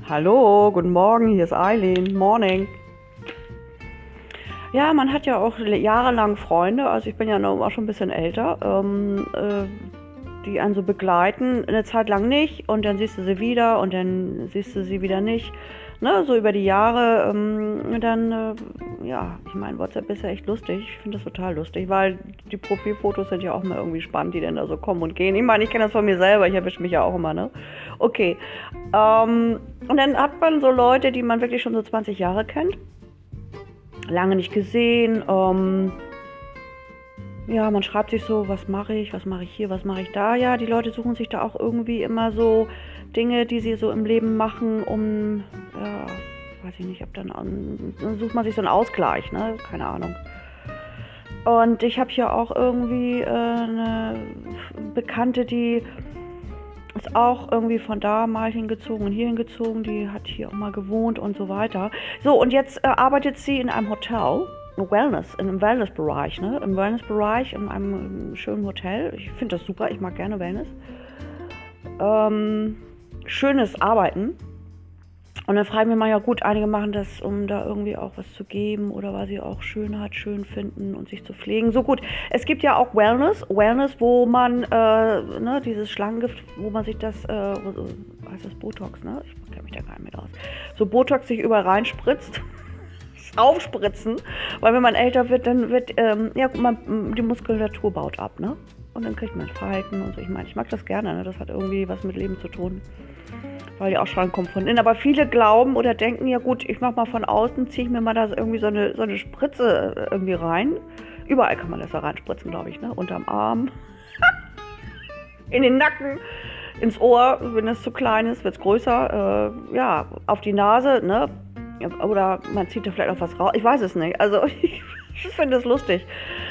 Hallo, guten Morgen, hier ist Eileen. Morning. Ja, man hat ja auch jahrelang Freunde, also ich bin ja noch auch schon ein bisschen älter, die einen so begleiten, eine Zeit lang nicht und dann siehst du sie wieder und dann siehst du sie wieder nicht. Ne, so über die Jahre, ja, ich meine, WhatsApp ist ja echt lustig. Ich finde das total lustig, weil die Profilfotos sind ja auch mal irgendwie spannend, die dann da so kommen und gehen. Ich meine, ich kenne das von mir selber, ich erwische mich ja auch immer, ne? Okay. Und dann hat man so Leute, die man wirklich schon so 20 Jahre kennt, lange nicht gesehen. Ja, man schreibt sich so, was mache ich hier, was mache ich da. Ja, die Leute suchen sich da auch irgendwie immer so Dinge, die sie so im Leben machen, ja, weiß ich nicht, dann sucht man sich so einen Ausgleich, ne? Keine Ahnung. Und ich habe hier auch irgendwie eine Bekannte, die ist auch irgendwie von da mal hingezogen und hier hingezogen, die hat hier auch mal gewohnt und so weiter. So, und jetzt arbeitet sie in einem Hotel, in einem Wellnessbereich, ne? Im Wellnessbereich, in einem schönen Hotel. Ich finde das super, ich mag gerne Wellness. Schönes Arbeiten. Und dann frage ich mich mal, ja gut, einige machen das, um da irgendwie auch was zu geben oder weil sie auch Schönheit schön finden und sich zu pflegen. So gut, es gibt ja auch Wellness, wo man, ne, dieses Schlangengift, wo man sich das, heißt das Botox, ne? Ich kenne mich da gar nicht mit aus. So Botox sich überall reinspritzt. Aufspritzen, weil wenn man älter wird, dann wird, ja, die Muskulatur baut ab, ne? Und dann kriegt man Falten und so. Ich meine, ich mag das gerne, ne? Das hat irgendwie was mit Leben zu tun, weil die Ausstrahlung kommt von innen. Aber viele glauben oder denken, ja gut, ich mach mal von außen, ziehe ich mir mal da irgendwie so eine Spritze irgendwie rein. Überall kann man das da reinspritzen, glaube ich, ne? Unterm Arm, in den Nacken, ins Ohr, wenn es zu klein ist, wird es größer, ja, auf die Nase, ne? Oder man zieht da vielleicht auch was raus. Ich weiß es nicht. Also ich finde es lustig.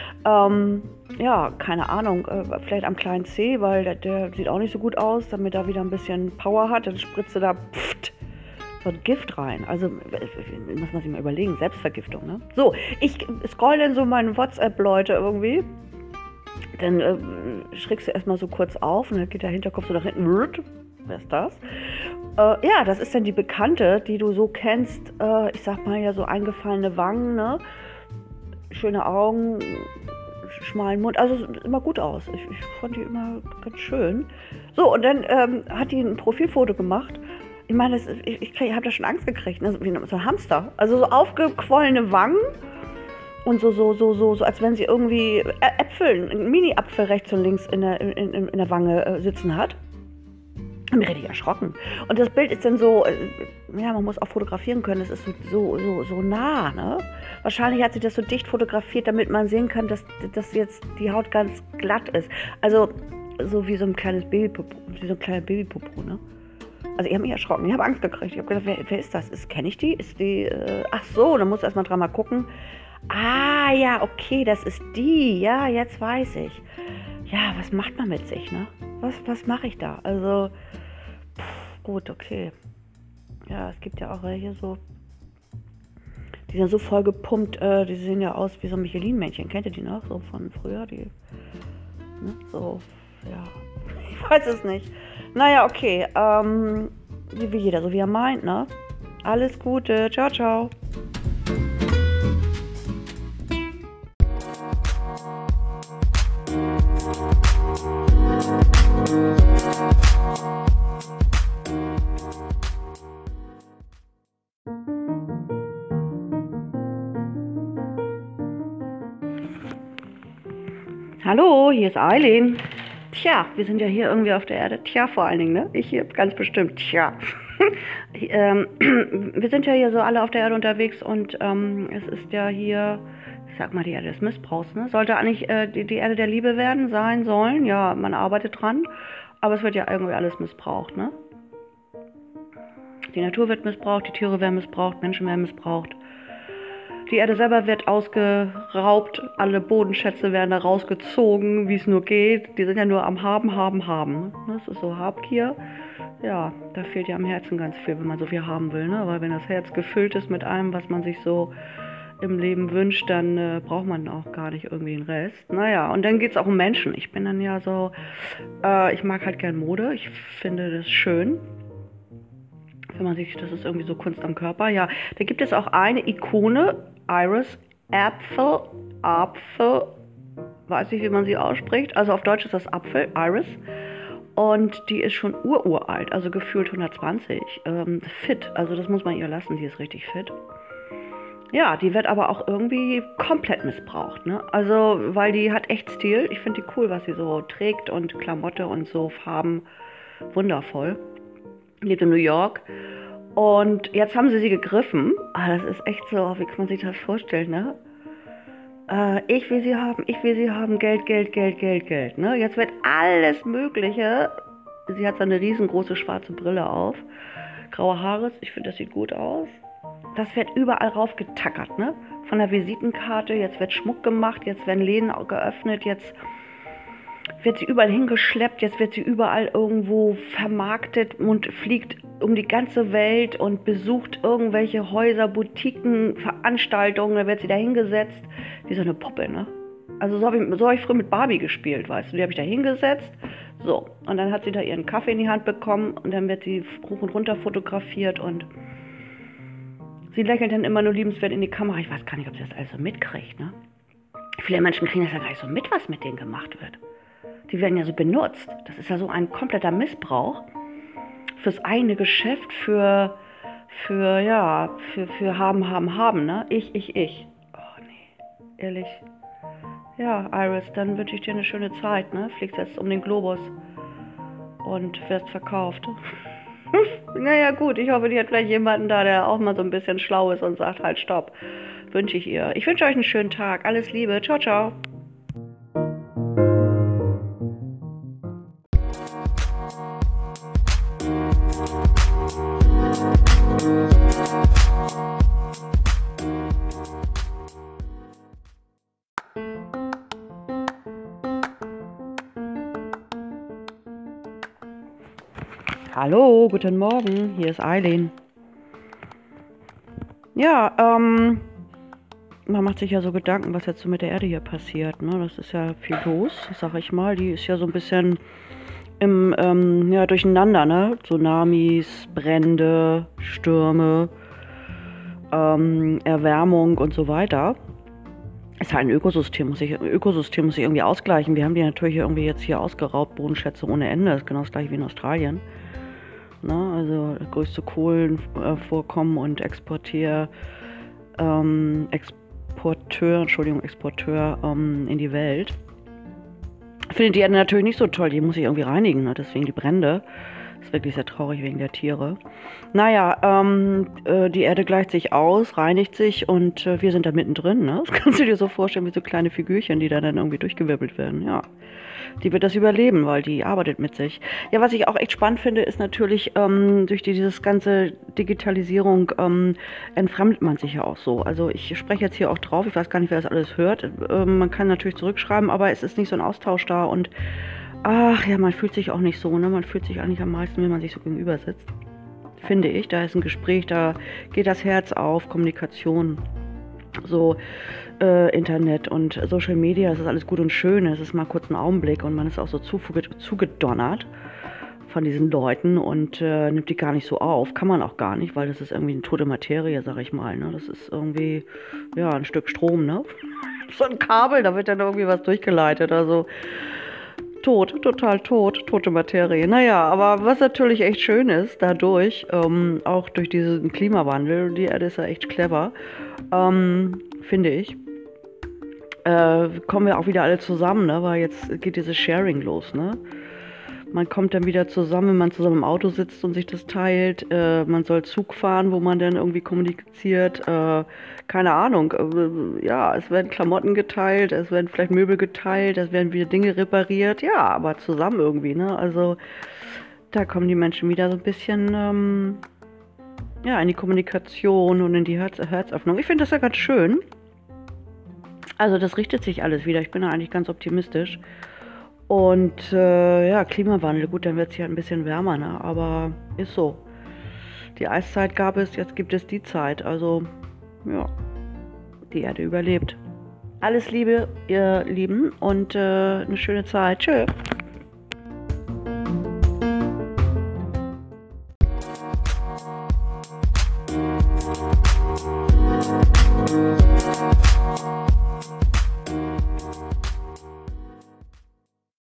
Ja, keine Ahnung. Vielleicht am kleinen Zeh, weil der sieht auch nicht so gut aus, damit er wieder ein bisschen Power hat. Dann spritzt er da so ein Gift rein. Also muss man sich mal überlegen. Selbstvergiftung, ne? So, ich scroll dann so meine WhatsApp-Leute irgendwie. Dann schrägst du erstmal so kurz auf und dann geht der Hinterkopf so nach hinten. Wer ist das? Ja, das ist dann die Bekannte, die du so kennst. Ich sag mal ja so eingefallene Wangen, ne? Schöne Augen, schmalen Mund. Also immer gut aus. Ich fand die immer ganz schön. So, und dann hat die ein Profilfoto gemacht. Ich meine, ich habe da schon Angst gekriegt, ne? Wie so ein Hamster. Also so aufgequollene Wangen. Und so, als wenn sie irgendwie einen Mini-Apfel rechts und links in der Wange sitzen hat. Ich bin richtig erschrocken. Und das Bild ist dann so, ja, man muss auch fotografieren können, das ist so nah, ne? Wahrscheinlich hat sie das so dicht fotografiert, damit man sehen kann, dass jetzt die Haut ganz glatt ist. Also so wie so ein kleines Babypopo, ne? Also ich habe mich erschrocken, ich habe Angst gekriegt. Ich habe gedacht, wer ist das? Kenne ich die? Ist die, ach so, dann muss erstmal dreimal gucken. Ah, ja, okay, das ist die. Ja, jetzt weiß ich. Ja, was macht man mit sich, ne? Was mache ich da? Also, gut, okay. Ja, es gibt ja auch welche so, die sind so voll gepumpt, die sehen ja aus wie so Michelin-Männchen. Kennt ihr die noch? So von früher, die, ne? So, ja, ich weiß es nicht. Naja, okay, wie jeder, so wie er meint, ne? Alles Gute, ciao, ciao. Hallo, hier ist Eileen. Tja, wir sind ja hier irgendwie auf der Erde. Tja, vor allen Dingen, ne? Ich hier ganz bestimmt. Tja. Wir sind ja hier so alle auf der Erde unterwegs und es ist ja hier, ich sag mal, die Erde des Missbrauchs, ne? Sollte eigentlich die Erde der Liebe sein sollen. Ja, man arbeitet dran, aber es wird ja irgendwie alles missbraucht, ne? Die Natur wird missbraucht, die Tiere werden missbraucht, Menschen werden missbraucht. Die Erde selber wird ausgeraubt, alle Bodenschätze werden da rausgezogen, wie es nur geht. Die sind ja nur am Haben. Das ist so Habgier. Ja, da fehlt ja am Herzen ganz viel, wenn man so viel haben will, ne? Weil wenn das Herz gefüllt ist mit allem, was man sich so im Leben wünscht, dann braucht man auch gar nicht irgendwie den Rest. Naja, und dann geht es auch um Menschen. Ich bin dann ja so, ich mag halt gern Mode. Ich finde das schön. Wenn man sich, das ist irgendwie so Kunst am Körper. Ja, da gibt es auch eine Ikone, Iris, Apfel, weiß nicht, wie man sie ausspricht. Also auf Deutsch ist das Apfel, Iris. Und die ist schon uralt, also gefühlt 120. Fit, also das muss man ihr lassen, die ist richtig fit. Ja, die wird aber auch irgendwie komplett missbraucht, ne? Also, weil die hat echt Stil. Ich finde die cool, was sie so trägt und Klamotte und so Farben. Wundervoll. Lebt in New York. Und jetzt haben sie gegriffen. Das ist echt so, wie kann man sich das vorstellen, ne? Ich will sie haben, Geld, Geld, Geld, Geld, Geld, ne? Jetzt wird alles Mögliche. Sie hat so eine riesengroße schwarze Brille auf. Graue Haare, ich finde, das sieht gut aus. Das wird überall raufgetackert, ne? Von der Visitenkarte, jetzt wird Schmuck gemacht, jetzt werden Läden geöffnet, jetzt wird sie überall hingeschleppt, jetzt wird sie überall irgendwo vermarktet und fliegt um die ganze Welt und besucht irgendwelche Häuser, Boutiquen, Veranstaltungen, da wird sie da hingesetzt. Wie so eine Puppe, ne? Also so hab ich früher mit Barbie gespielt, weißt du, die habe ich da hingesetzt. So, und dann hat sie da ihren Kaffee in die Hand bekommen und dann wird sie hoch und runter fotografiert und sie lächelt dann immer nur liebenswert in die Kamera. Ich weiß gar nicht, ob sie das alles so mitkriegt, ne? Viele Menschen kriegen das ja gar nicht so mit, was mit denen gemacht wird. Die werden ja so benutzt. Das ist ja so ein kompletter Missbrauch fürs eigene Geschäft, für haben, ne? Ich. Oh, nee, ehrlich. Ja, Iris, dann wünsche ich dir eine schöne Zeit, ne? Fliegst jetzt um den Globus und wirst verkauft. Naja gut, ich hoffe, die hat vielleicht jemanden da, der auch mal so ein bisschen schlau ist und sagt, halt stopp. Wünsche ich ihr. Ich wünsche euch einen schönen Tag. Alles Liebe. Ciao, ciao. Hallo, guten Morgen, hier ist Eileen. Ja, man macht sich ja so Gedanken, was jetzt so mit der Erde hier passiert, ne? Das ist ja viel los, sag ich mal. Die ist ja so ein bisschen im Durcheinander, ne? Tsunamis, Brände, Stürme, Erwärmung und so weiter. Ist halt ein Ökosystem, muss sich irgendwie ausgleichen. Wir haben die natürlich irgendwie jetzt hier ausgeraubt, Bodenschätze ohne Ende. Das ist genau das gleiche wie in Australien. Ne? Also das größte Kohlenvorkommen und Exporteur in die Welt. Findet die Erde natürlich nicht so toll, die muss sich irgendwie reinigen, ne? Deswegen die Brände. Das ist wirklich sehr traurig wegen der Tiere. Naja, die Erde gleicht sich aus, reinigt sich und wir sind da mittendrin, ne? Das kannst du dir so vorstellen wie so kleine Figürchen, die da dann irgendwie durchgewirbelt werden, ja. Die wird das überleben, weil die arbeitet mit sich. Ja, was ich auch echt spannend finde, ist natürlich, durch dieses ganze Digitalisierung entfremdet man sich ja auch so. Also ich spreche jetzt hier auch drauf, ich weiß gar nicht, wer das alles hört. Man kann natürlich zurückschreiben, aber es ist nicht so ein Austausch da und ach ja, man fühlt sich auch nicht so, ne? Man fühlt sich eigentlich am meisten, wenn man sich so gegenüber sitzt. Finde ich, da ist ein Gespräch, da geht das Herz auf, Kommunikation. So Internet und Social Media, das ist alles gut und schön, es ist mal kurz ein Augenblick und man ist auch so zugedonnert von diesen Leuten und nimmt die gar nicht so auf, kann man auch gar nicht, weil das ist irgendwie eine tote Materie, sag ich mal, ne? Das ist irgendwie, ja, ein Stück Strom, ne? So ein Kabel, da wird dann irgendwie was durchgeleitet, also tot, total tot, tote Materie. Naja, aber was natürlich echt schön ist, dadurch, auch durch diesen Klimawandel, die Erde ist ja echt clever, finde ich, kommen wir auch wieder alle zusammen, ne? Weil jetzt geht dieses Sharing los, ne? Man kommt dann wieder zusammen, wenn man zusammen im Auto sitzt und sich das teilt. Man soll Zug fahren, wo man dann irgendwie kommuniziert. Keine Ahnung. Ja, es werden Klamotten geteilt, es werden vielleicht Möbel geteilt, es werden wieder Dinge repariert. Ja, aber zusammen irgendwie, ne? Also da kommen die Menschen wieder so ein bisschen in die Kommunikation und in die Herzöffnung. Ich finde das ja ganz schön. Also das richtet sich alles wieder. Ich bin da eigentlich ganz optimistisch. Und Klimawandel, gut, dann wird es hier ein bisschen wärmer, ne? Aber ist so. Die Eiszeit gab es, jetzt gibt es die Zeit. Also, ja, die Erde überlebt. Alles Liebe, ihr Lieben, und eine schöne Zeit. Tschö.